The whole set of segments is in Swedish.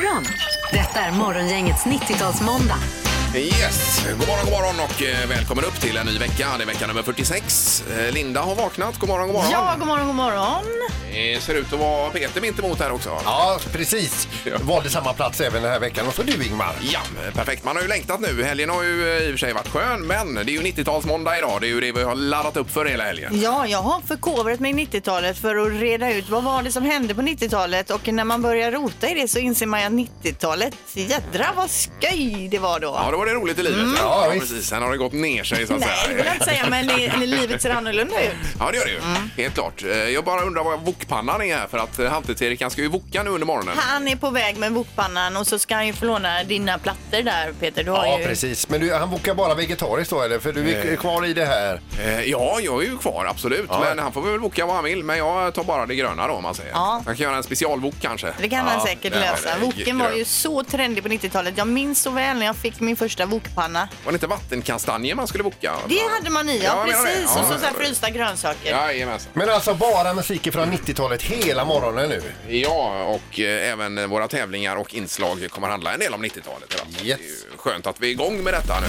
morgon. Detta är Morgongängets 90-talsmåndag. Yes, god morgon och välkommen upp till en ny vecka. Det är vecka nummer 46. Linda har vaknat, god morgon. Ja, god morgon. Det ser ut att vara Peter mitt emot här också. Ja, precis. Valde samma plats även den här veckan. Och så du, Ingmar. Ja, perfekt. Man har ju längtat nu. Helgen har ju i och för sig varit skön, men det är ju 90-talsmåndag idag. Det är ju det vi har laddat upp för hela helgen. Ja, jag har förkovrat mig i 90-talet för att reda ut vad var det som hände på 90-talet. Och när man börjar rota i det så inser man att 90-talet, jädra vad skoj det var då. Ja, då var det roligt i livet. Ja, precis. Sen har det gått ner sig så att säga. Nej, det vill jag inte säga, men livet ser annorlunda ut. Ja, det gör det ju. Helt klart. Jag bara undrar vad wokpannan är här, för att Halvtids-Erik, han ska ju woka nu under morgonen. Han är på väg med wokpannan och så ska han ju få låna dina plattor där, Peter. Du har Ja, ju... precis. Men han wokar bara vegetariskt då, eller? För du är kvar i det här. Ja, jag är ju kvar, absolut. Ja. Men han får väl woka vad han vill. Men jag tar bara det gröna då, om man säger. Ja. Han kan göra en specialwok kanske. Det kan han säkert lösa. Woken var ju så trendig på 90-talet. Jag minns så väl när jag fick min första wokpanna. Var det inte vattenkastanjer man skulle woka? Det hade man i, ja precis. Ja, och så här frysta grönsaker. Jajamensan. Men alltså bara musik från 90-talet hela morgonen nu. Ja, och även våra tävlingar och inslag kommer handla en del om 90-talet. Yes. Det är ju skönt att vi är igång med detta nu.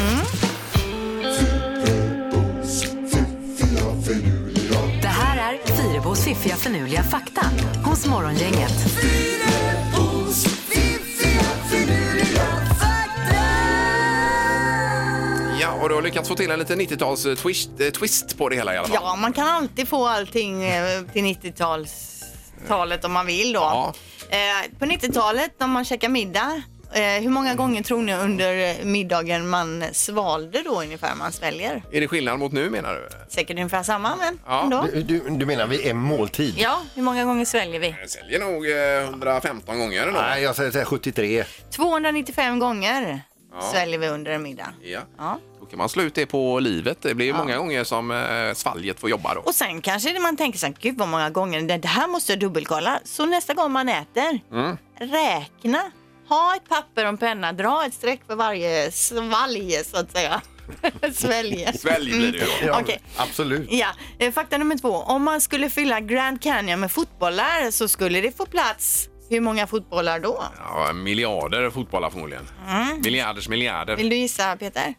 Det här är Fyrebos fiffiga förnuliga fakta hos Morgongänget. Ja, och du har lyckats få till en liten 90-tals twist på det hela i alla fall. Ja, man kan alltid få allting till 90-talet om man vill då. Ja. På 90-talet när man käkar middag, hur många gånger tror ni under middagen man svalde då ungefär man sväljer? Är det skillnad mot nu, menar du? Säkert ungefär samma, men Ja. ändå. Du menar vid en måltid? Ja, hur många gånger sväljer vi? Jag säljer nog 115 gånger eller något. Nej, jag säger 73. 295 gånger sväljer vi under en middag. Ja. Då kan man slå ut det på livet. Det blir ju många gånger som svalget får jobba då. Och sen kanske man tänker så här, gud vad många gånger, det här måste jag dubbelkolla. Så nästa gång man äter, räkna. Ha ett papper och en penna, dra ett streck för varje svalg så att säga. Svälj blir det ju då. Ja, Okej. absolut. Ja, fakta nummer 2. Om man skulle fylla Grand Canyon med fotbollar så skulle det få plats. Hur många fotbollar då? Ja, miljarder fotbollar förmodligen. Miljarder. Vill du gissa, Peter?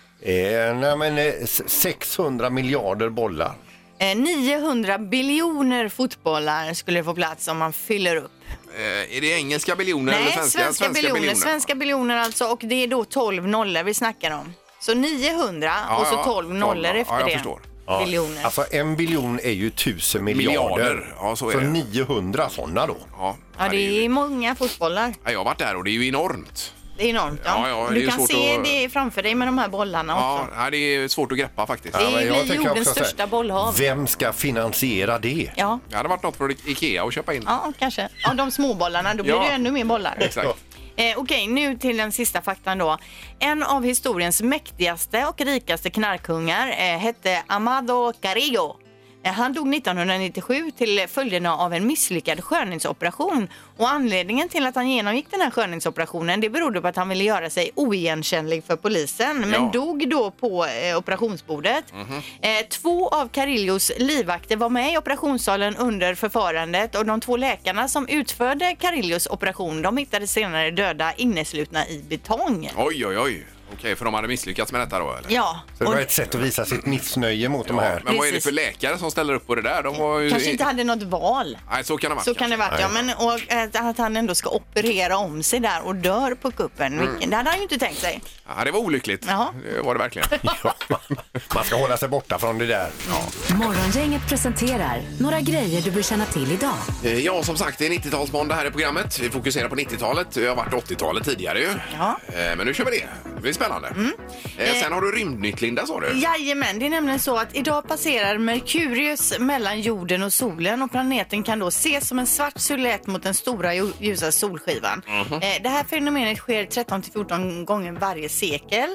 600 miljarder bollar. 900 biljoner fotbollar skulle det få plats om man fyller upp. Är det engelska biljoner eller Nej, svenska biljoner. Svenska biljoner alltså, och det är då 12 nollor vi snackar om. Så 900 och så 12 nollor efter jag det. Förstår. Biljoner. Alltså 1 biljon är ju 1000 miljarder. Ja, så är så det. 900 sådana då. Ja, Det är många fotbollar. Jag har varit där och det är ju enormt. Det är enormt, ja. Ja, det är du kan svårt se att... det framför dig med de här bollarna också. Ja, det är svårt att greppa faktiskt. Det men jag blir tänker jordens också så här, största bollhav. Vem ska finansiera det? Ja. Det hade varit något för Ikea att köpa in. Ja, kanske. Ja, de små bollarna, då blir det ju ännu mer bollar. Exakt. Okej, nu till den sista faktan då. En av historiens mäktigaste och rikaste knarkungar hette Amado Carrillo. Han dog 1997 till följderna av en misslyckad skönhetsoperation. Och anledningen till att han genomgick den här skönhetsoperationen, det berodde på att han ville göra sig oigenkännlig för polisen. Men dog då på operationsbordet. 2 av Carrillos livvakter var med i operationssalen under förfarandet. Och de 2 läkarna som utförde Carrillos operation, de hittades senare döda inneslutna i betong. Oj. Okej, för de hade misslyckats med detta då, eller? Ja. Så det var ett sätt att visa sitt missnöje mot de här. Men vad är det för läkare som ställer upp på det där? De var ju... Kanske inte hade något val. Nej, så kan det vara. Så kan det vara, ja. Men och att han ändå ska operera om sig där och dör på kuppen. Det hade han ju inte tänkt sig. Ja, det var olyckligt. Jaha. Det var det verkligen. Man ska hålla sig borta från det där. Morgongänget presenterar några grejer du bör känna till idag. Ja, som sagt, det är 90-talsmåndag här i programmet. Vi fokuserar på 90-talet. Det har varit 80-talet tidigare ju. Ja. Men nu kör vi det. Det blir spännande. Sen har du rymdnytt, Linda, sa du? Jajamän, det är nämligen så att idag passerar Merkurius mellan jorden och solen och planeten kan då ses som en svart silhuett mot den stora ljusa solskivan. Det här fenomenet sker 13-14 gånger varje sekel.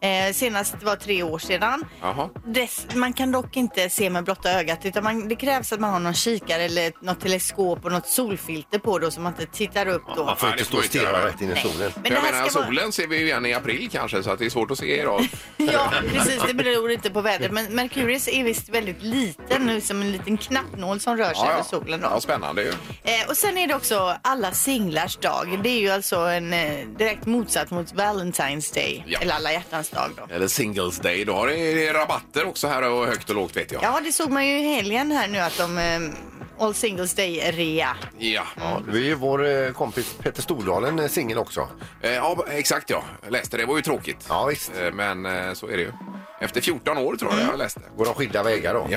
Senast var 3 år sedan. Jaha. Man kan dock inte se med blotta ögat, utan det krävs att man har någon kikare eller något teleskop och något solfilter på då, så man inte tittar upp då. Man får inte stå och stirra rätt in i solen. Men Jag det här menar, ska solen ser vi ju igen i april kanske, så att det är svårt att se idag. Ja, precis. Det beror inte på vädret. Men Merkurius är visst väldigt liten, nu som en liten knappnål som rör sig över solen då. Ja, spännande ju. Och sen är det också alla singlars dag. Det är ju alltså en direkt motsats mot Valentine's Day. Ja. Eller alla hjärtans dag då. Eller Singles Day. Då har det rabatter också här och högt och lågt vet jag. Ja, det såg man ju i helgen här nu att de All Singles Day-rea. Ja. Det är ju vår kompis Petter Stordalen singel också. Ja, exakt ja. Jag läste det, var ju tråkigt. Ja, visst. Men så är det ju. Efter 14 år tror jag läste. Går de skilda vägar då? Ja.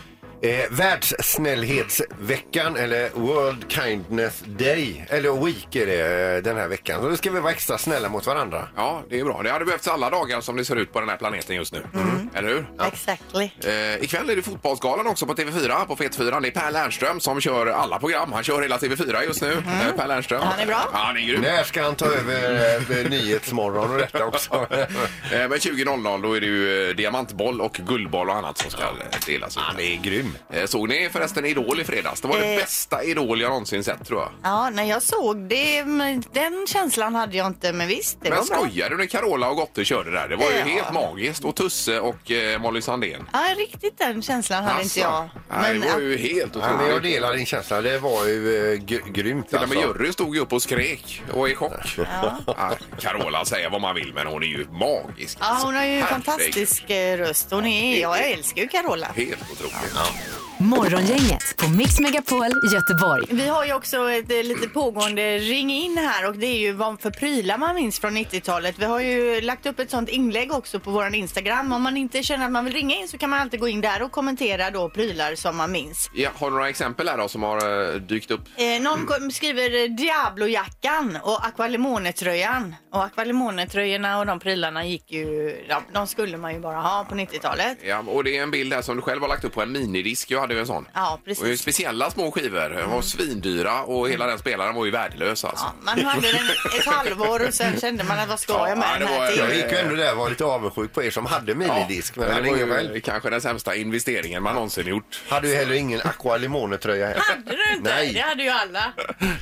Världssnällhetsveckan eller World Kindness Day eller Week är det den här veckan. Så då ska vi vara extra snälla mot varandra. Ja, det är bra. Det hade behövts alla dagar som det ser ut på den här planeten just nu. Eller hur? Ja. Exactly. Ikväll är det fotbollsgalan också på TV4, på Fet4. Det är Per Lernström som kör alla program. Han kör hela TV4 just nu. Per Lernström. Han är bra. Ja, han är grym. När ska han ta över Nyhetsmorgon och detta också? Men 20.00 då är det ju diamantboll och guldboll och annat som ska delas ut. Han är grym. Såg ni förresten Idol i fredags? Det var det bästa Idol jag någonsin sett tror jag. Ja, när jag såg det, den känslan hade jag inte, men visst, det Men var bra. skojar du när Carola och Gotte körde där? Det var ju helt magiskt. Och Tusse och Molly Sandén. Ja, riktigt den känslan hade inte jag. Nej, det var ju helt Ja, men jag otroligt. delar din känsla. Det var ju grymt. Till och med Alltså. jury stod ju upp och skrek och är i chock. Ja, Carola säger vad man vill, men hon är ju magisk. Ja, hon har ju Herregud. fantastisk röst. Jag älskar ju Carola. Helt otroligt. Morgongänget på Mix Megapol Göteborg. Vi har ju också ett lite pågående ring in här, och det är ju vad för prylar man minns från 90-talet. Vi har ju lagt upp ett sånt inlägg också på våran Instagram. Om man inte känner att man vill ringa in så kan man alltid gå in där och kommentera då prylar som man minns. Ja, har du några exempel här då som har dykt upp? Någon skriver Diablo-jackan och Aqualimone-tröjan. Och Aqualimone-tröjorna och de prylarna gick ju, de skulle man ju bara ha på 90-talet. Ja, och det är en bild här som du själv har lagt upp på en minidisk. Jag hade ju en sån. Ja, Och det är precis. speciella små skivor. De var svindyra och hela den spelaren var ju värdelös alltså. Ja, man hade den ett halvår och sen kände man att vad ska jag med Ja, den det var- här till? Jag gick ju ändå där och var lite avundsjuk på er som hade minidisk. Men det hade var ingen ju själv. kanske den sämsta investeringen man någonsin gjort. Hade ju heller ingen Aqualimone-tröja här. Hade du inte? Nej. Det hade ju alla.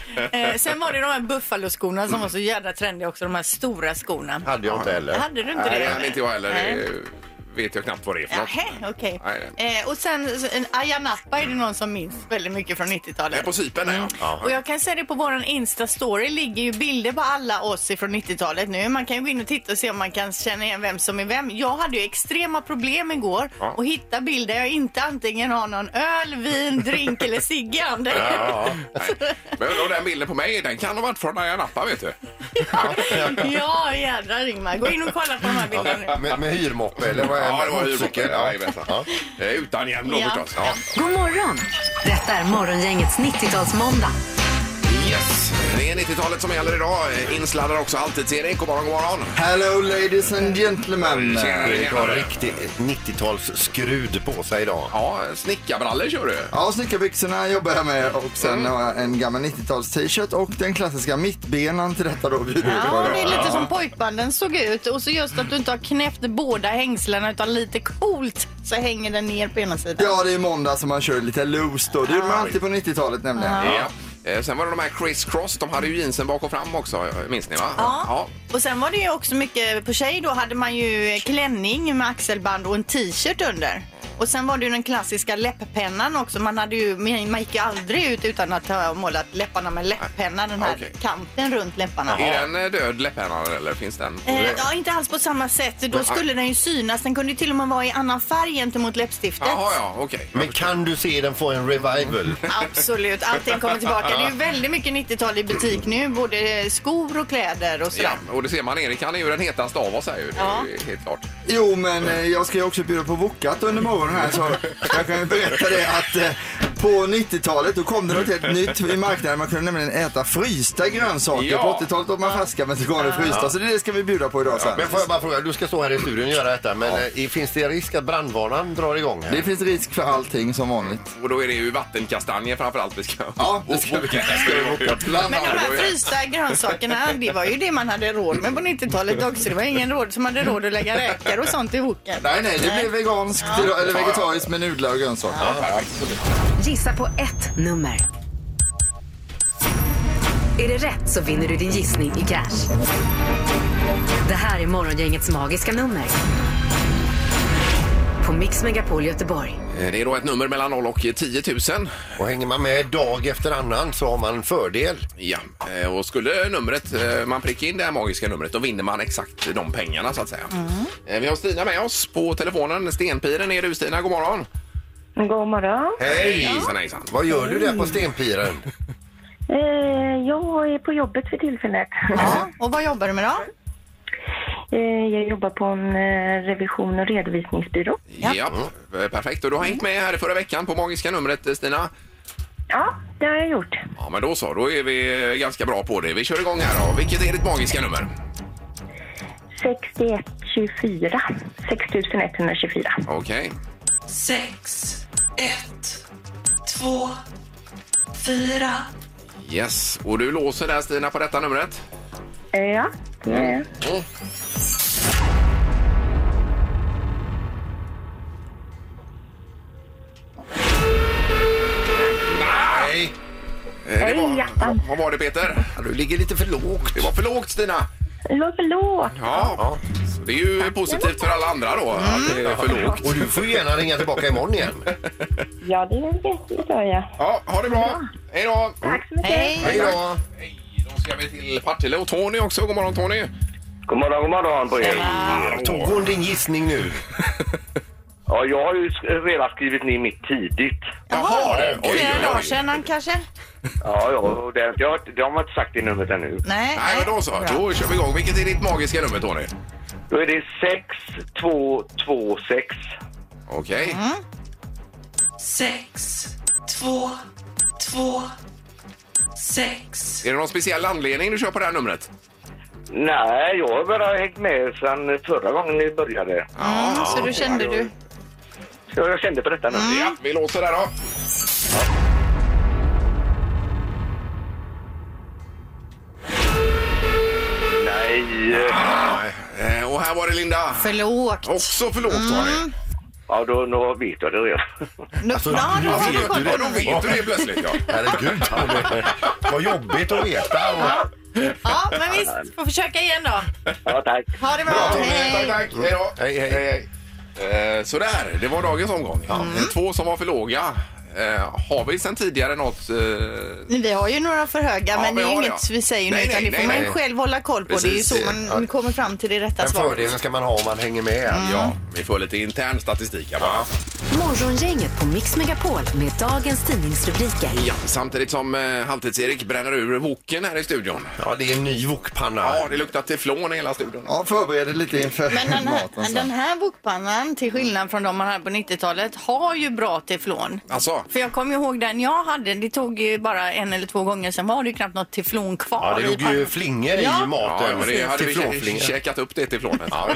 Sen var det de här Buffalo-skorna som var så jävla trendiga också, de här stora skorna. Hade jag inte heller. Hade du inte Nej, det? det hade inte jag heller. Nej. Det vet jag knappt vad det är för något. Jaha, okej. Nej. Och sen en Ayia Napa är det någon som minns väldigt mycket från Det 90-talet. är på Cypern, ja. Och jag kan säga det, på våran Insta-story ligger ju bilder på alla oss från 90-talet nu. Man kan ju gå in och titta och se om man kan känna igen vem som är vem. Jag hade ju extrema problem igår att hitta bilder jag inte antingen har någon öl, vin, drink eller cigg i handen. Ja, nej. Men undrar, den bilden på mig, den kan ha varit från Ayia Napa, vet du. Ja, jädrar Ingmar. Gå in och kolla på de här bilderna. Med hyrmoppe eller vad är Ja, det var motorcykel? hyrmoppe. Ja, jajamensan. Utan hjälm då Ja. förstås. Ja. God morgon! Detta är Morgongängets 90-talsmåndag. Yes, det är 90-talet som gäller idag. Insladdar också alltid. Erik, god morgon, god morgon. Hello ladies and gentlemen. Tjena. Erik har riktigt 90-tals skrud på sig idag. Ja, snickarbrallor kör du. Ja, snickarbyxorna jobbar jag med och sen har jag en gammal 90-tals t-shirt och den klassiska mittbenan till detta då. Ja, det är lite som pojkbanden såg ut. Och så just att du inte har knäppt båda hängslena utan lite coolt så hänger den ner på ena sidan. Ja, det är måndag som man kör lite loose då. Det gjorde man alltid på 90-talet nämligen. Ja. Sen var det de här Criss Cross, de hade ju jeansen bak och fram också, minns ni va? Ja. Och sen var det ju också mycket, på tjej då hade man ju klänning med axelband och en t-shirt under. Och sen var det ju den klassiska läpppennan också. Man gick ju aldrig ut utan att ha målat läpparna med läpppenna. Den här kanten runt läpparna. Är den död läpppennan eller finns den? Ja, inte alls på samma sätt. Då skulle den ju synas. Den kunde ju till och med vara i annan färg gentemot läppstiftet. Jaha, ja, okej. Men kan du se den få en revival? Absolut, allting kommer tillbaka. Det är ju väldigt mycket 90-tal i butik nu. Både skor och kläder och sådär. Ja, och det ser man, Erik, han är ju den hetaste av oss här ju. Det är helt klart. Jo, men jag ska ju också bjuda på Vokat under morgonen här, så jag kan ju berätta det att på 90-talet då kom det något helt nytt i marknaden. Man kunde nämligen äta frysta grönsaker. Ja. På 80-talet åt man färska, men så går det frysta. Så det ska vi bjuda på idag sen. Men får jag bara fråga, du ska stå här i studion och göra detta, men finns det risk att brandvarnaren drar igång här? Det finns risk för allting som vanligt. Och då är det ju vattenkastanjer framförallt vi ska... Ja, det ska vi Men de här frysta grönsakerna, det var ju det man hade råd med på 90-talet också. Det var ingen råd som hade råd att lägga räkor och sånt i woken. Nej, det blev veganskt eller vegetariskt med nudlar och grönsaker. Ja. Gissa på ett nummer. Är det rätt så vinner du din gissning i cash. Det här är Morgongängets magiska nummer. På Mix Megapol Göteborg. Det är då ett nummer mellan 0 och 10 000. Och hänger man med dag efter annan så har man fördel. Ja, och skulle numret, man prickar in det här magiska numret, då vinner man exakt de pengarna så att säga. Vi har Stina med oss på telefonen. Stenpiren är du, Stina, god morgon. God morgon. Hej! Hejsan. Vad gör du där på Stenpiren? Jag är på jobbet för tillfället. Ja, och vad jobbar du med då? Jag jobbar på en revision- och redovisningsbyrå. Ja, perfekt. Och du har hängt med här förra veckan på magiska numret, Stina? Ja, det har jag gjort. Ja, men då så. Då är vi ganska bra på det. Vi kör igång här då. Vilket är ditt magiska nummer? 6124. 6124. Okej. 6, 1, 2, 4. Yes. Och du låser där, Stina, på detta numret? Ja, det är jag. Nej! Vad var det, Peter? Du ligger lite för lågt. Det var för lågt, Stina. Förlåt. Ja. Så det är ju positivt för alla andra då, att det är för lågt. Och du får ju gärna ringa tillbaka imorgon igen. Ja, det gör jag. Ja, ha det bra. Hej då. Tack så mycket. Hej! Hej då! Hej, då ska vi till Partille och Tony också. God morgon, Tony. God morgon på er. Tog hon din gissning nu? Ja, jag har ju redan skrivit ner mitt tidigt. Jaha, Flera dagar sedan kanske? Ja, och det har man inte sagt i numret ännu. Nej, Nej, men då så. Bra. Då kör vi igång. Vilket är ditt magiska nummer, Tony? Då är det 6226. Okej. 6, 2, 2, 6. Är det någon speciell anledning du kör på det här numret? Nej, jag har bara hängt med sedan förra gången ni började. Så då kände du? Så jag kände på detta nu. Ja, vi låser där då. Nej. Och här var det Linda. För lågt. Också för lågt, Tony. Ja, då vet jag det redan. Ja, då vet du det plötsligt, ja. Herregud, vad jobbigt att veta. Ja, men visst. Får försöka igen då. Ja, tack. Ha det bra. Hej. Tack. Hej då. Hej. Sådär, det var dagens omgång. Två som var för låga. Har vi sen tidigare något... Vi har ju några för höga, Ja, men det är vi har inget det. vi säger nu, Nej, utan nej, det får nej, man nej. själv hålla koll på. Precis. Det är ju så man kommer fram till det rätta Den svaret. fördelen ska man ha om man hänger med. Ja, vi får lite intern statistik här bara. Morgongänget på Mix Megapol med dagens tidningsrubriker. Ja, samtidigt som Halvtids-Erik bränner ur woken här i studion. Ja, det är en ny wokpanna. Ja, det luktar teflon i hela studion. Ja, förbered lite inför Men maten. den här wokpannan, till skillnad från de man hade på 90-talet, har ju bra teflon. Alltså, För jag kommer ihåg den jag hade, det tog ju bara 1 eller 2 gånger, sen var det ju knappt något teflon kvar. Ja, det i låg ju pannan. flingor Ja. i ja, maten. men det hade vi Teflonflingor. käkat upp det teflonet. Ja,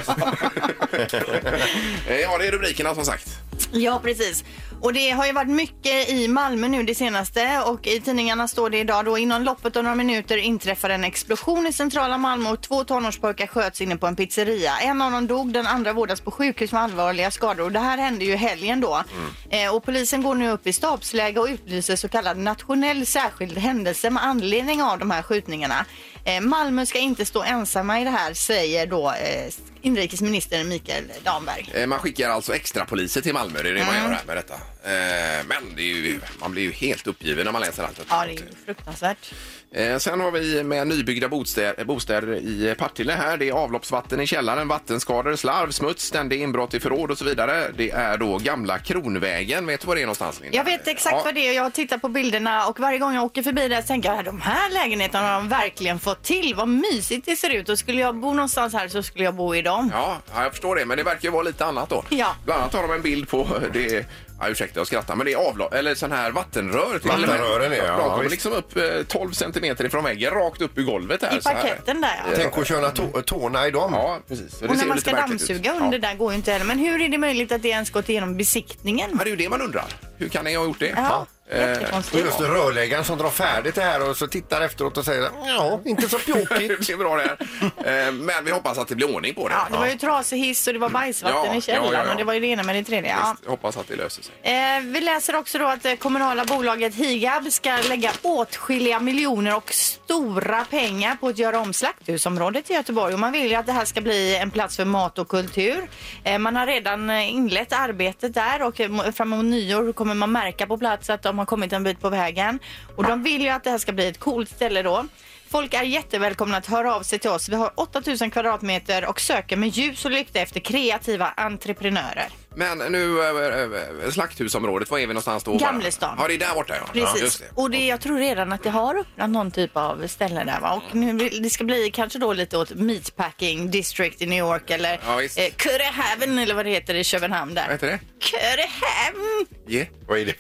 det är rubrikerna som sagt. Ja, precis. Och det har ju varit mycket i Malmö nu det senaste, och i tidningarna står det idag då: inom loppet av några minuter inträffade en explosion i centrala Malmö och 2 tonårspojkar sköts inne på en pizzeria. En av dem dog, den andra vårdas på sjukhus med allvarliga skador. Och det här hände ju helgen då. Och polisen går nu upp i stabsläge och utlyser så kallad nationell särskild händelse med anledning av de här skjutningarna. Malmö ska inte stå ensamma i det här, säger då inrikesminister Mikael Damberg. Man skickar alltså extra poliser till Malmö, det är det man gör här med detta. Men det är ju, man blir ju helt uppgiven när man läser allt. Ja, det är ju fruktansvärt. Sen har vi med nybyggda bostäder i Partille här. Det är avloppsvatten i källaren, vattenskador, slarv, smuts, ständig inbrott i förråd och så vidare. Det är då gamla Kronvägen. Vet du var det är någonstans, Linda? Jag vet exakt vad det är. Jag har tittat på bilderna och varje gång jag åker förbi där tänker jag, de här lägenheterna har de verkligen fått till. Vad mysigt det ser ut. Och skulle jag bo någonstans här så skulle jag bo i dem. Ja, jag förstår det. Men det verkar ju vara lite annat då. Ja. Bland annat har de en bild på det Ja, ursäkta jag skrattar, men det är eller sån här vattenrör. Vattenrören är, de kommer liksom upp 12 centimeter ifrån väggen, rakt upp i golvet här. I parketten där, ja. Tänk att köra tårna i dem. Ja, precis. Och när man ska dammsuga under där går ju inte heller. Men hur är det möjligt att det ens gått igenom besiktningen? Ja, det är ju det man undrar. Hur kan ni ha gjort det? Ja, Och just det, rörläggaren som drar färdigt det här och så tittar efteråt och säger ja, inte så pjåkigt. Det är bra det här. Men vi hoppas att det blir ordning på det. Ja, det var ju trasig hiss och det var bajsvatten i källaren och det var ju det ena med det tredje. Ja. Jag hoppas att det löser sig. Vi läser också då att kommunala bolaget Higab ska lägga åtskilliga miljoner och stora pengar på att göra om slakthusområdet i Göteborg. Och man vill ju att det här ska bli en plats för mat och kultur. Man har redan inlett arbetet där och framåt nyår kommer man märka på plats att de har kommit en bit på vägen. Och de vill ju att det här ska bli ett coolt ställe då. Folk är jättevälkomna att höra av sig till oss. Vi har 8000 kvadratmeter och söker med ljus och lykta efter kreativa entreprenörer. Men nu slakthusområdet, var är vi någonstans då? Gamlestan. Ja, det är där borta, ja. Precis. Ja, just det. Och jag tror redan att det har öppnat någon typ av ställe där, va? Och nu, det ska bli kanske då lite åt Meatpacking District i New York eller Körehaven eller vad det heter i Köpenhamn där. Vad heter det? Körehaven! Yeah. Vad är det?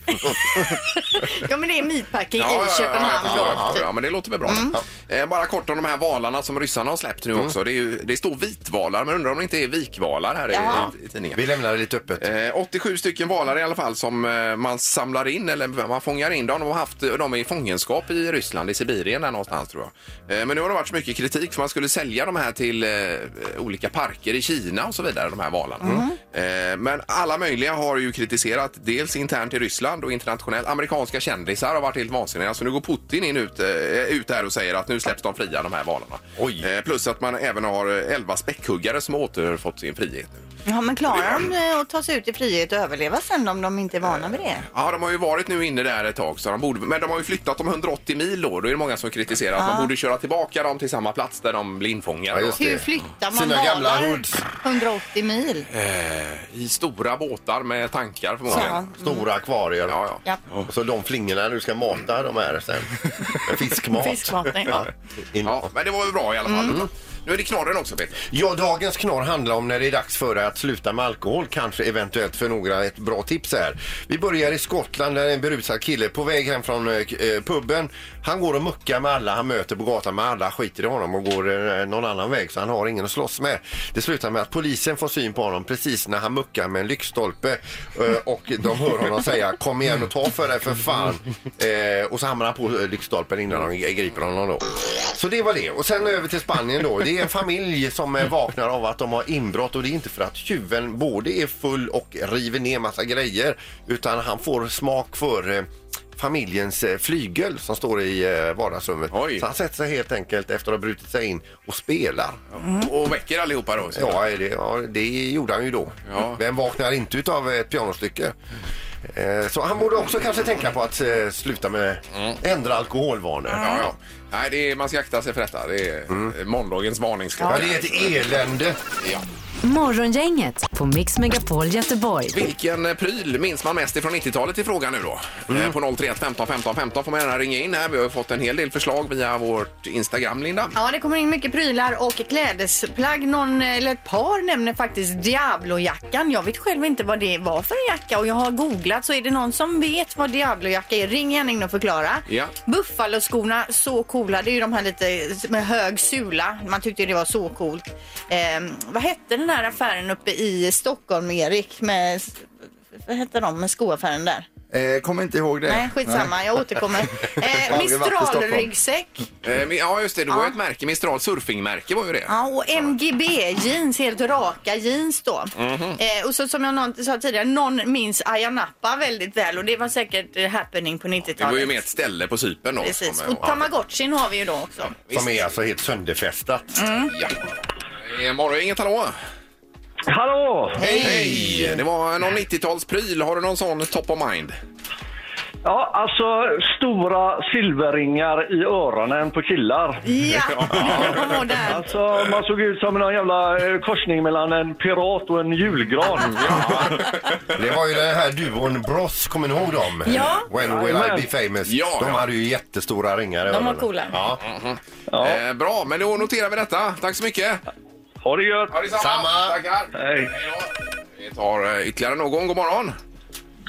Ja, men det är Meatpacking i Köpenhamn då. Ja, men det låter väl bra. Bara kort om de här valarna som ryssarna har släppt nu också. Det står vitvalar, men undrar om det inte är vikvalar här i tidningen. Vi lämnar det lite öppet. 87 stycken valar i alla fall som man samlar in eller man fångar in. De har haft dem i fångenskap i Ryssland, i Sibirien där någonstans tror jag. Men nu har det varit så mycket kritik för man skulle sälja de här till olika parker i Kina och så vidare, de här valarna. Men alla möjliga har ju kritiserat dels internt i Ryssland och internationellt. Amerikanska kändisar har varit helt vansinniga. Så nu går Putin ut här och säger att nu släpps de fria, de här valarna. Plus att man även har 11 späckhuggare som har återfått sin frihet nu. Ja, men klarar de att ta sig ut i frihet och överleva sen om de inte är vana med det? Ja, de har ju varit nu inne där ett tag, så men de har ju flyttat dem 180 mil då. Då är det många som kritiserar att man borde köra tillbaka dem till samma plats där de blir infångade. Ja, hur flyttar man sina gamla 180 mil? I stora båtar med tankar förmodligen. Stora akvarier. Ja. Och så de flingorna du ska mata de här sen. Med fiskmat. Ja, men det var väl bra i alla fall. Nu är det knorren också, Peter. Ja, dagens knorr handlar om när det är dags för att sluta med alkohol. Kanske eventuellt för några ett bra tips här. Vi börjar i Skottland där en berusad kille på väg hem från puben. Han går och muckar med alla han möter på gatan, med alla skiter i honom och går någon annan väg så han har ingen att slåss med. Det slutar med att polisen får syn på honom precis när han muckar med en lyktstolpe och de hör honom säga kom igen och ta för dig för fan. Och så hamnar han på lyktstolpen innan de griper honom då. Så det var det. Och sen över till Spanien då. Det är en familj som vaknar av att de har inbrott och det är inte för att tjuven både är full och river ner massa grejer utan han får smak för familjens flygel som står i vardagsrummet. Oj. Så han sätter sig helt enkelt efter att ha brutit sig in och spelar. Och väcker allihopa då? Ja, det gjorde han ju då. Ja. Vem vaknar inte utav ett pianostycke? Så han borde också kanske tänka på att sluta med ändra alkoholvanor. Ja. Nej, man ska akta sig för detta. Det är måndagens varningsskap. Ja, det är ett elände. Ja. Morgongänget på Mix Megapol Göteborg. Vilken pryl minns man mest ifrån 90-talet i frågan nu då? På 031 15 15 15 får man gärna ringa in här. Vi har fått en hel del förslag via vårt Instagram, Linda. Ja, det kommer in mycket prylar och klädesplagg. Någon eller ett par nämner faktiskt Diablo-jackan. Jag vet själv inte vad det var för en jacka och jag har googlat, så är det någon som vet vad Diablo-jacka är, ring gärna in och förklara. Ja. Buffalo-skorna, så coola. Det är ju de här lite med hög sula. Man tyckte det var så coolt. Vad hette den här affären uppe i Stockholm, Erik? Vad hette de med skoaffären där? Kommer inte ihåg det. Nej, skitsamma, jag återkommer. Mistral-ryggsäck. Ja, just det. Det var ett märke. Mistral surfingmärke var ju det. Ja, och MGB-jeans, helt raka jeans då. Och så som jag sa tidigare, någon minns Ayia Napa väldigt väl. Och det var säkert happening på 90-talet. Det var ju med ett ställe på Cypern då. Precis, och Tamagotchin har vi ju då också. Som är alltså helt sönderfästat. Ja. Morgon, inget hallå. Hallå! Hej! Det var någon 90-talspryl. Har du någon sån top of mind? Ja, alltså stora silverringar i öronen på killar. Ja, modernt. Alltså man såg ut som en jävla korsning mellan en pirat och en julgran. Det var ju den här duon Bros, kommer ni ihåg dem? Ja. When Will I Be Famous? Ja, de hade ju jättestora ringar i De var öronen. coola. Ja. Bra, men då noterar vi detta. Tack så mycket. Ha det gött. Ha det samma. Samma. Tackar. Hej. Vi tar ytterligare någon. God morgon.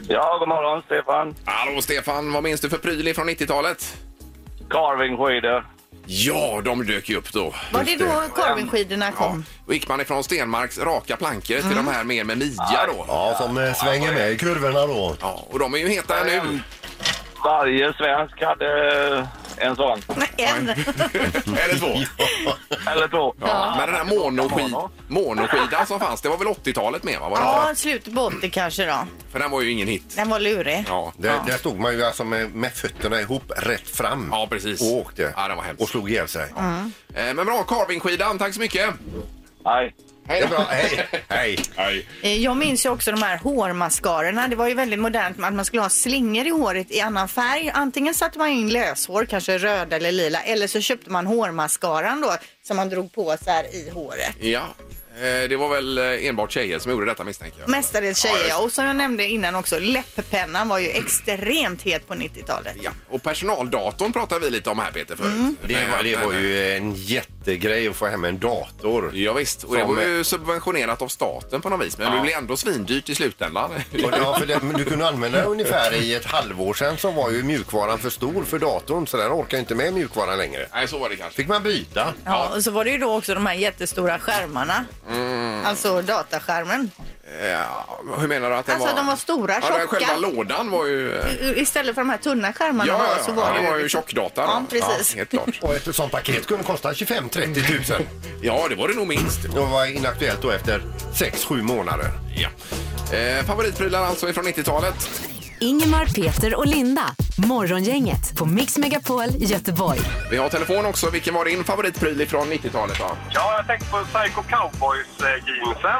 Ja, god morgon Stefan. Hallå Stefan, vad minns du för pryl från 90-talet? Carvingskidor. Ja, de dök ju upp då. Var det då carvingskidorna kom? Då gick man ifrån Stenmarks raka plankor till de här mer med midja då. Ja, som svänger med i kurvorna då. Ja, och de är ju heta nu. Varje svensk hade en sån. En. Eller två. Eller två. Ja. Men den här monoskidan som fanns, det var väl 80-talet med, va? Var det Ja, inte? slutet på 80 kanske då. För den var ju ingen hit. Den var lurig. Ja, Där stod man ju alltså med fötterna ihop rätt fram. ja precis. Och åkte. Ja, den var hemskt. Och slog ihjäl sig. Men bra, carvingskidan, tack så mycket. Nej. Det är bra. Hej. Hej. Jag minns ju också de här hårmaskarorna. Det var ju väldigt modernt att man skulle ha slingor i håret i annan färg. Antingen satte man in löshår, kanske röda eller lila. Eller så köpte man hårmaskaran då som man drog på så här i håret. Ja, det var väl enbart tjejer som gjorde detta, misstänker jag. Mestadels tjejer, Ja, och som jag nämnde innan också, läpppennan var ju extremt het på 90-talet. Ja, och personaldatorn pratar vi lite om här, Peter, förut. Det var ju en jättegrej att få hem en dator. Ja, visst, och det var ju subventionerat av staten på något vis, men det blev ändå svindyrt i slutändan. Ja, för du kunde använda det ungefär i ett halvår sedan, så var ju mjukvaran för stor för datorn, så den orkar inte med mjukvaran längre. Nej, så var det kanske. Fick man byta. Ja, och så var det ju då också de här jättestora skärmarna. Alltså dataskärmen. Ja, hur menar du att den Alltså var? de var stora, Ja, den tjocka. själva lådan var ju... Istället för de här tunna skärmarna Ja, så var det var ju tjockdata. Ja, då. precis. Ja, helt klart. Och ett sånt paket kunde kosta 25-30 000. Ja, det var det nog minst. Och var inaktuellt då efter 6-7 månader. Ja. Favoritprylar alltså ifrån 90-talet. Ingemar, Peter och Linda. Morgongänget på Mix Megapol Göteborg. Vi har telefon också. Vilken var din favoritpryl ifrån 90-talet då? Ja, jag tänkte på Psycho Cowboys-jeansen.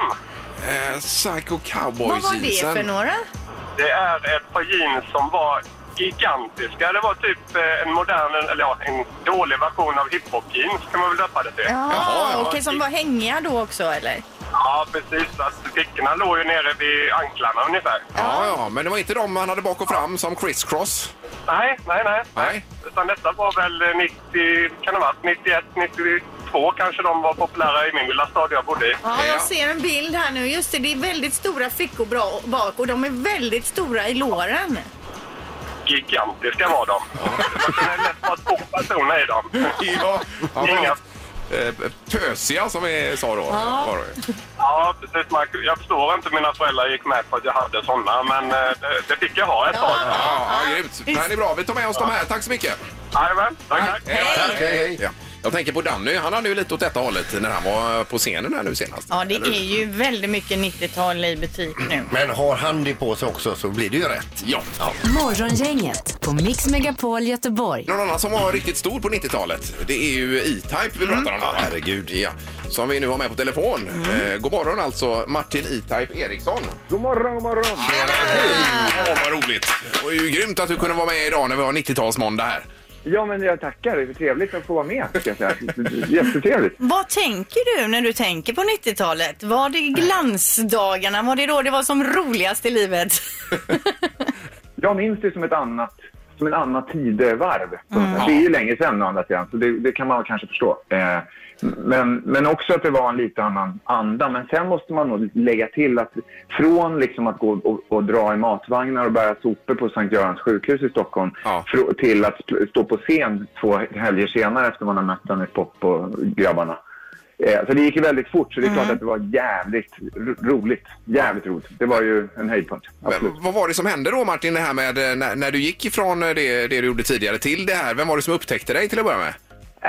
Psycho Cowboys. Vad var det för några? Det är ett par jeans som var gigantiska. Det var typ en modern, eller ja, en dålig version av hiphop-jeans kan man väl döpa det till. Ja, okej, som var hängiga då också, eller? Ja, precis. Alltså, fickorna låg ju nere vid anklarna ungefär. Ja, men det var inte de man hade bak och fram som crisscross. Nej. Utan detta var väl 90, kan det ha varit 91, 92 kanske de var populära i min lilla stad jag bodde i. Ja, jag ser en bild här nu. Just det är väldigt stora fickor bak och de är väldigt stora i låren. Gigantiska var de. Man kunde lätt vara 2 personer i dem. Ja, Inga. Tösiga som vi sa då. Var det. Ja, precis. Jag förstår inte mina föräldrar gick med på att jag hade sådana, men det fick jag ha ett tag. Ja, grymt. Men det är bra. Vi tar med oss de här. Tack så mycket. Jajamän, tack. Hej. Ja. Jag tänker på Danny. Han hade ju lite åt detta hållet när han var på scenen här nu senast. Ja, det är ju väldigt mycket 90-tal i butik nu. Men har han det på sig också så blir det ju rätt. Ja. Morgongänget på Mix Megapol Göteborg. Någon annan som var riktigt stor på 90-talet, det är ju E-Type vi pratar om. Ja, herregud. Ja, som vi nu har med på telefon. God morgon alltså, Martin E-Type Eriksson. God morgon. Hej! Vad roligt. Det var ju grymt att du kunde vara med idag när vi har 90-talsmåndag här. Ja, men jag tackar. Det är trevligt att få vara med, ska jag säga. Jättetrevligt. Vad tänker du när du tänker på 90-talet? Var det glansdagarna? Var det då det var som roligast i livet? Jag minns det som en annat tidevarv. Det är ju länge sedan å andra sidan, så det kan man kanske förstå. Men också att det var en lite annan anda. Men sen måste man nog lägga till att från liksom att gå och dra i matvagnar och bära sopor på Sankt Görans sjukhus i Stockholm till att stå på scen 2 helger senare efter man har mött Danny Pop och grabbarna. Så det gick ju väldigt fort, så det är klart att det var jävligt roligt. Jävligt roligt. Det var ju en höjdpunkt. Vad var det som hände då, Martin, det här med när du gick ifrån det du gjorde tidigare till det här? Vem var det som upptäckte dig till att börja med?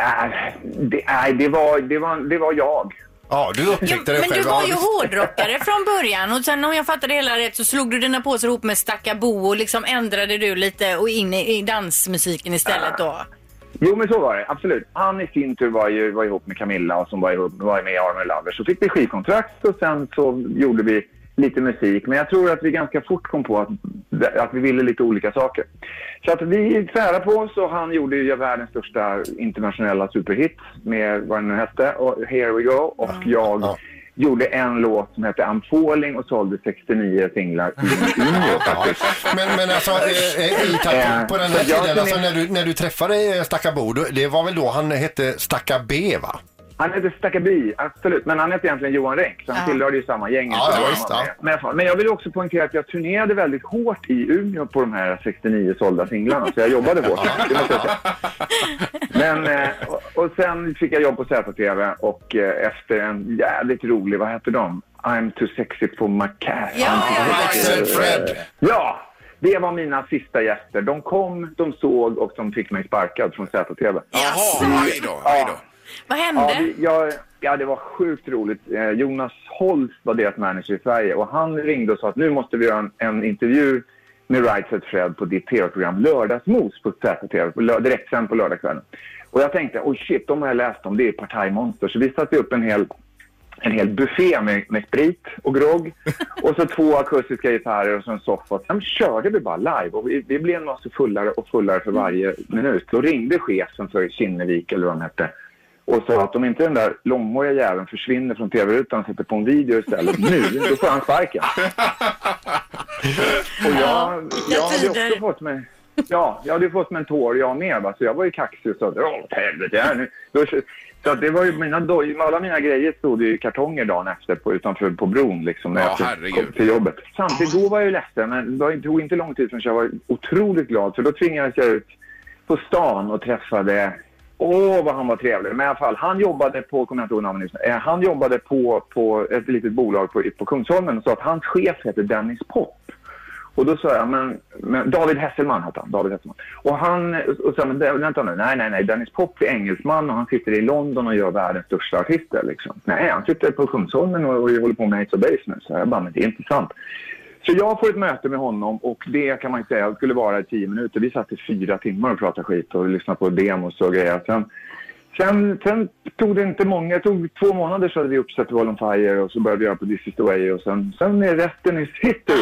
Det var jag. Ja, du upptäckte det men själv. du var ju hårdrockare från början och sen om jag fattade hela rätt så slog du dina påsar ihop med Stackabo och liksom ändrade du lite och in i dansmusiken istället då. Jo, men så var det. Absolut. Han i sin tur var ihop med Camilla och som var med i Army Lovers. Så fick vi skivkontrakt och sen så gjorde vi lite musik. Men jag tror att vi ganska fort kom på att vi ville lite olika saker. Så att vi tvärade på oss och han gjorde ju världens största internationella superhit med vad den nu hette. Och Here We Go. Och jag gjorde en låt som hette I'm Falling och sålde 69 singlar i Umeå faktiskt. Men alltså, på den här tiden, alltså, när du träffade Stackabo, det var väl då han hette Stacka B, va? Han heter Stackaby, absolut. Men han heter egentligen Johan Renck, så han tillhörde ju samma gäng. Men jag vill också poängtera att jag turnerade väldigt hårt i Umeå på de här 69 sålda singlarna. Så jag jobbade hårt, det måste jag säga. Men, och sen fick jag jobb på ZTV och efter en jävligt rolig, vad heter de? I'm too sexy for my cat. Ja, det var mina sista gäster. De kom, de såg och de fick mig sparkad från ZTV. Jaha, hej då. Vad hände? Ja, det var sjukt roligt. Jonas Holst var deras manager i Sverige och han ringde och sa att nu måste vi göra en intervju med Right Said Fred på ditt tv-program Lördagsmos på ZTV, direkt sen på lördagskvällen. Och jag tänkte, shit, de har jag läst om, det är partajmonster. Så vi satte upp en hel buffé med sprit och grogg och så 2 akustiska gitarrer och så en soffa. Sen körde vi bara live och vi blev en massa fullare och fullare för varje minut. Då ringde chefen för Kinnevik eller vad de hette och sa att om inte den där långhåriga jäveln försvinner från tv-rutan och sätter på en video istället nu, då får han sparken. Och jag hade också fått mig... Ja, jag hade fått mig en tår jag med. Va? Så jag var ju kaxig och sa, helvete här nu. Så att det var ju alla mina grejer stod ju i kartonger dagen efter utanför på bron liksom, när jag kom till jobbet. Samtidigt då var jag ju ledsen, men det tog inte lång tid förrän jag var otroligt glad. För då tvingades jag ut på stan och träffade... vad han var trevlig. Men i alla fall, han jobbade på, han jobbade på ett litet bolag på Kungsholmen och sa att hans chef heter Dennis Pop. Och då sa jag, men David Hesselman hette han, Och han sa, men vänta nu, nej, Dennis Pop är engelsman och han sitter i London och gör världens största artister liksom. Nej, han sitter på Kungsholmen och håller på med Ace of Base nu. Så jag bara, men det är inte sant. Så jag får ett möte med honom och det kan man ju säga skulle vara i 10 minuter. Vi satt i 4 timmar och pratade skit och lyssnade på demos och grejer. Sen tog det inte många, det tog 2 månader så hade vi uppsatt Wall on Fire och så började vi göra på This is the Way och sen är resten is history.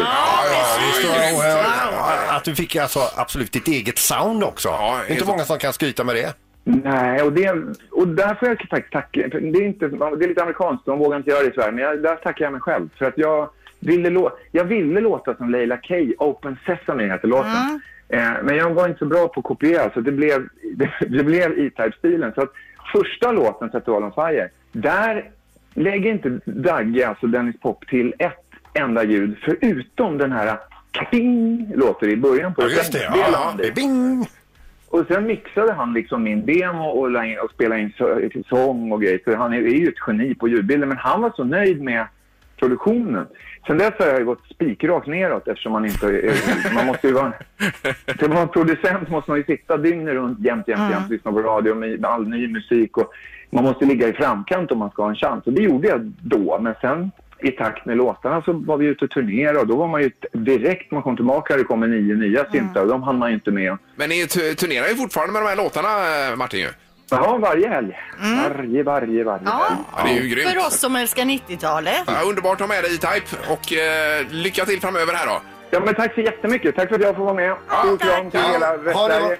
Att du fick alltså absolut ditt eget sound också. Det är inte många som kan skryta med det. Nej, och där får jag faktiskt tacka. Det är lite amerikanskt, de vågar inte göra det i Sverige, men där tackar jag mig själv för att jag ville låta som Leila K. Open Sesame heter låten. Men jag var inte så bra på att kopiera så det blev E-Type-stilen. Så att första låten, Set All on Fire, där lägger inte Dagge, alltså Dennis Pop, till ett enda ljud förutom den här kling låter i början på det. Bing! Och sen mixade han liksom min demo och spelade in sång och grejer. Så han är ju ett geni på ljudbilden, men han var så nöjd med produktionen. Sen dess har jag ju gått spikrakt neråt eftersom man inte man måste ju vara till att vara en producent måste man ju sitta dygnet runt jämt lyssna på radio med all ny musik och man måste ligga i framkant om man ska ha en chans. Och det gjorde jag då, men sen i takt med låtarna så var vi ute och turnerade och då var man ju direkt när man kom tillbaka det kommer 9 nya syntar och de hann man ju inte med. Men ni turnerar ju fortfarande med de här låtarna, Martin ju. Ja, varje helg. Varje Ja, det är ju grymt. För oss som älskar 90-talet. Ja, underbart att ha med dig i Type och lycka till framöver här då. Ja, men tack så jättemycket. Tack för att jag får vara med. Stor kram till hela Västsverige.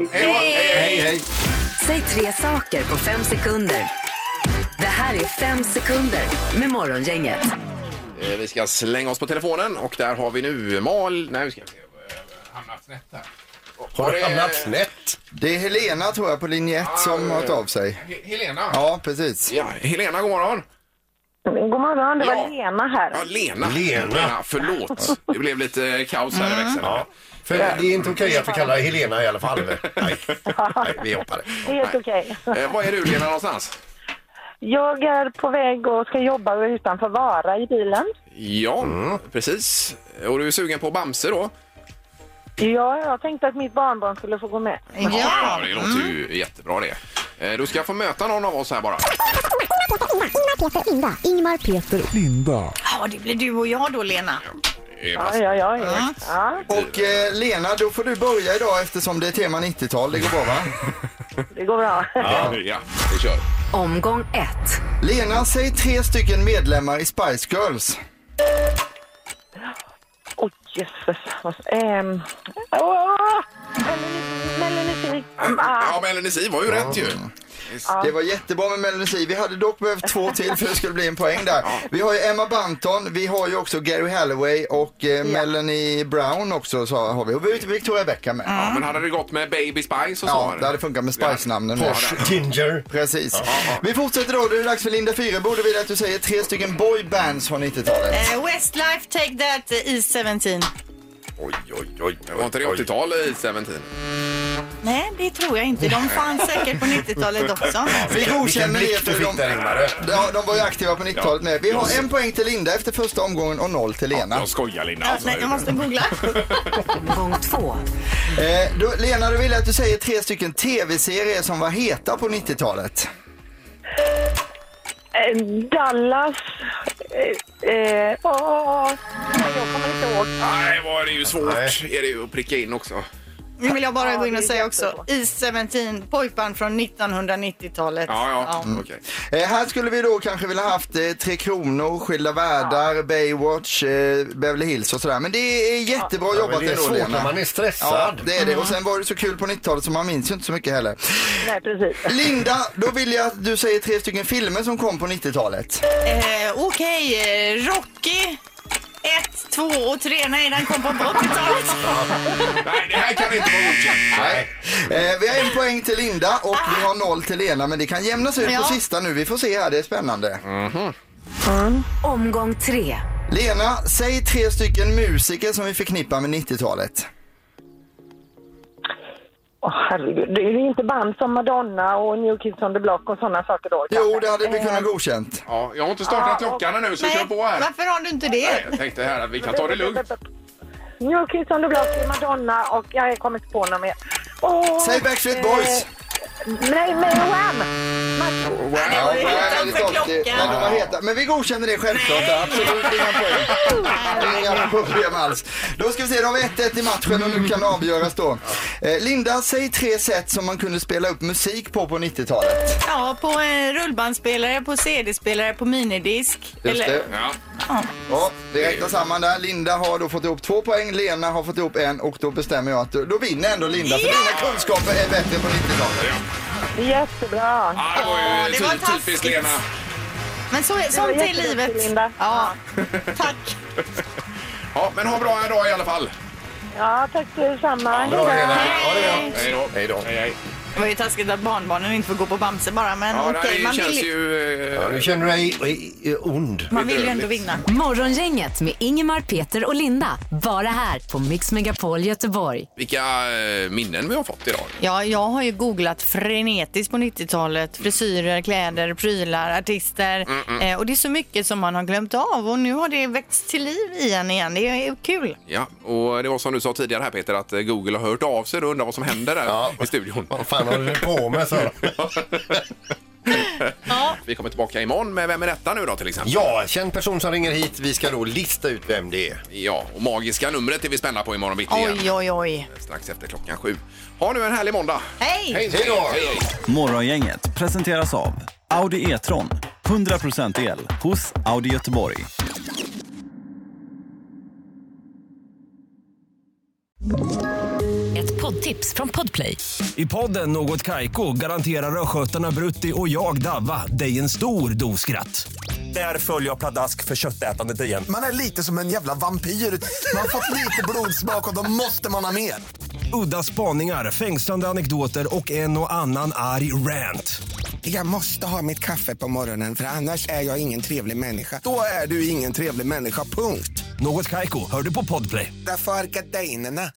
Hej. Säg 3 saker på 5 sekunder. Det här är 5 sekunder med Morgongänget. Vi ska slänga oss på telefonen och där har vi nu Nej, vi ska hamnat snett här. Har det hamnat snett? Det är Helena tror jag på linje 1 som har tagit av sig. Helena? Ja, precis. Ja, Helena, god morgon. God morgon, det var Lena här. Ja, Lena, förlåt. Det blev lite kaos här i växeln. Ja. För det är inte okej att vi kallar Helena i alla fall. Nej, vi hoppar det. Helt okej. Vad är du, Lena, någonstans? Jag är på väg och ska jobba utanför Vara i bilen. Ja, precis. Och du är sugen på Bamse då? Ja, jag tänkte att mitt barnbarn skulle få gå med. Ja, det låter ju jättebra det. Du ska få möta någon av oss här bara. Ingmar, Peter, Linda. Ja, det blir du och jag då, Lena. Ja. Och Lena, då får du börja idag eftersom det är tema 90-tal. Det går bra, va? Det går bra. Ja, vi kör. Omgång 1. Lena, säg 3 stycken medlemmar i Spice Girls. Jesus. Melanie C var ju rätt ju. Det var jättebra med Melanie. Vi hade dock behövt 2 till för det skulle bli en poäng där. Vi har ju Emma Bunton, vi har ju också Gary Halloway och Melanie Brown också har vi. Och vi har ute Victoria Beckham med. Ja, men hade det gått med Baby Spice och så? Ja, det hade funkat med Spice-namnen. Porsche, Ginger. Precis. Vi fortsätter då. Det är dags för Linda Fyrebo. Då vill jag att du säger 3 stycken boybands från 90-talet. Westlife, Take That, East 17. Oj. Det var inte det 80-tal i 17? Nej, det tror jag inte. De fanns säkert på 90-talet också. Vi godkänner det för de var ju aktiva på 90-talet med. Vi har 1 poäng till Linda efter första omgången och 0 till Lena. Jag skojar, Linda. Nej, jag måste googla. Gång 2. Lena, du vill att du säger 3 stycken tv-serier som var heta på 90-talet. Dallas. Jag kommer inte ihåg. Nej, var det ju svårt. Är det ju att pricka in också. Nu vill jag bara gå in och säga också East 17, pojkband från 1990-talet. Ja. Okej. Här skulle vi då kanske vilja haft 3 Kronor, Skilda Världar, Baywatch, Beverly Hills och sådär. Men det är jättebra jobbat det är ändå, svårt Lena. när man är stressad. Ja, det är det. Och sen var det så kul på 90-talet så man minns ju inte så mycket heller. Nej, precis. Linda, då vill jag att du säger 3 stycken filmer som kom på 90-talet. Okej, Rocky 1, 2 och 3. Nej, den kom på 80-talet. Nej, det här kan inte vara godkänt. Nej. Vi har 1 poäng till Linda och vi har 0 till Lena. Men det kan jämnas ut på sista nu. Vi får se här, det är spännande. Omgång 3. Lena, säg 3 stycken musiker som vi förknippar med 90-talet. Herregud, det är ju inte band som Madonna och New Kids on the Block och sådana saker då. Jo, det hade vi kunnat godkänt. Ja, jag har inte startat klockan nu så kör på här. Varför har du inte det? Nej, jag tänkte här att vi kan ta det lugnt. New Kids on the Block, Madonna och jag kommer inte på någon mer. Säg Backstreet Boys. Nej, med Wham! Men vi godkänner det självklart. Absolut inga poäng. Inga problem alls. Då ska vi se, då har vi 1-1 i matchen och nu kan det avgöras då. Linda, säg 3 sätt som man kunde spela upp musik på 90-talet. Ja, på en rullbandspelare, på CD-spelare, på minidisk. Just det. Ja, det räknas samman där. Linda har då fått ihop 2 poäng, Lena har fått ihop 1 och då bestämmer jag att då vinner ändå Linda för dina kunskaper är bättre på 90-talet. Jättebra. Ja, det var ju typiskt Lena. Men sånt är livet. Linda. Ja, tack. Ja, men ha bra en dag i alla fall. Ja, tack detsamma. Bra, Lena. Hej då. Hej. Det var ju taskigt att barnbarnen inte får gå på Bamse bara, men okej, man känns vill ju... Nu känner du dig ond. Man vill ju ändå vinna. Morgongänget med Ingemar, Peter och Linda. Bara här på Mix Megapol Göteborg. Vilka minnen vi har fått idag. Ja, jag har ju googlat frenetiskt på 90-talet. Frisyrer, kläder, prylar, artister. Och det är så mycket som man har glömt av. Och nu har det väckts till liv igen. Det är kul. Ja, och det var som du sa tidigare här Peter, att Google har hört av sig och undrar vad som händer där i studion. Vad fan håller du på med så? Vi kommer tillbaka imorgon med Vem är detta nu då till exempel? Ja, känd person som ringer hit. Vi ska då lista ut vem det är. Ja, och magiska numret är vi spänna på imorgon bitti igen. Oj. Strax efter 7:00. Ha nu en härlig måndag. Hej! Hej då! Morgongänget presenteras av Audi E-tron. 100% el hos Audi Göteborg. Ett poddtips från Podplay. I podden Något Kaiko garanterar röskötarna Brutti och jag Davva dig en stor doskratt. Där följer jag pladask för köttätandet igen. Man är lite som en jävla vampyr. Man har fått lite blodsmak och då måste man ha mer. Udda spaningar, fängslande anekdoter och en och annan arg rant. Jag måste ha mitt kaffe på morgonen för annars är jag ingen trevlig människa. Då är du ingen trevlig människa, punkt. Något Kaiko, hör du på Podplay. Därför är gardinerna.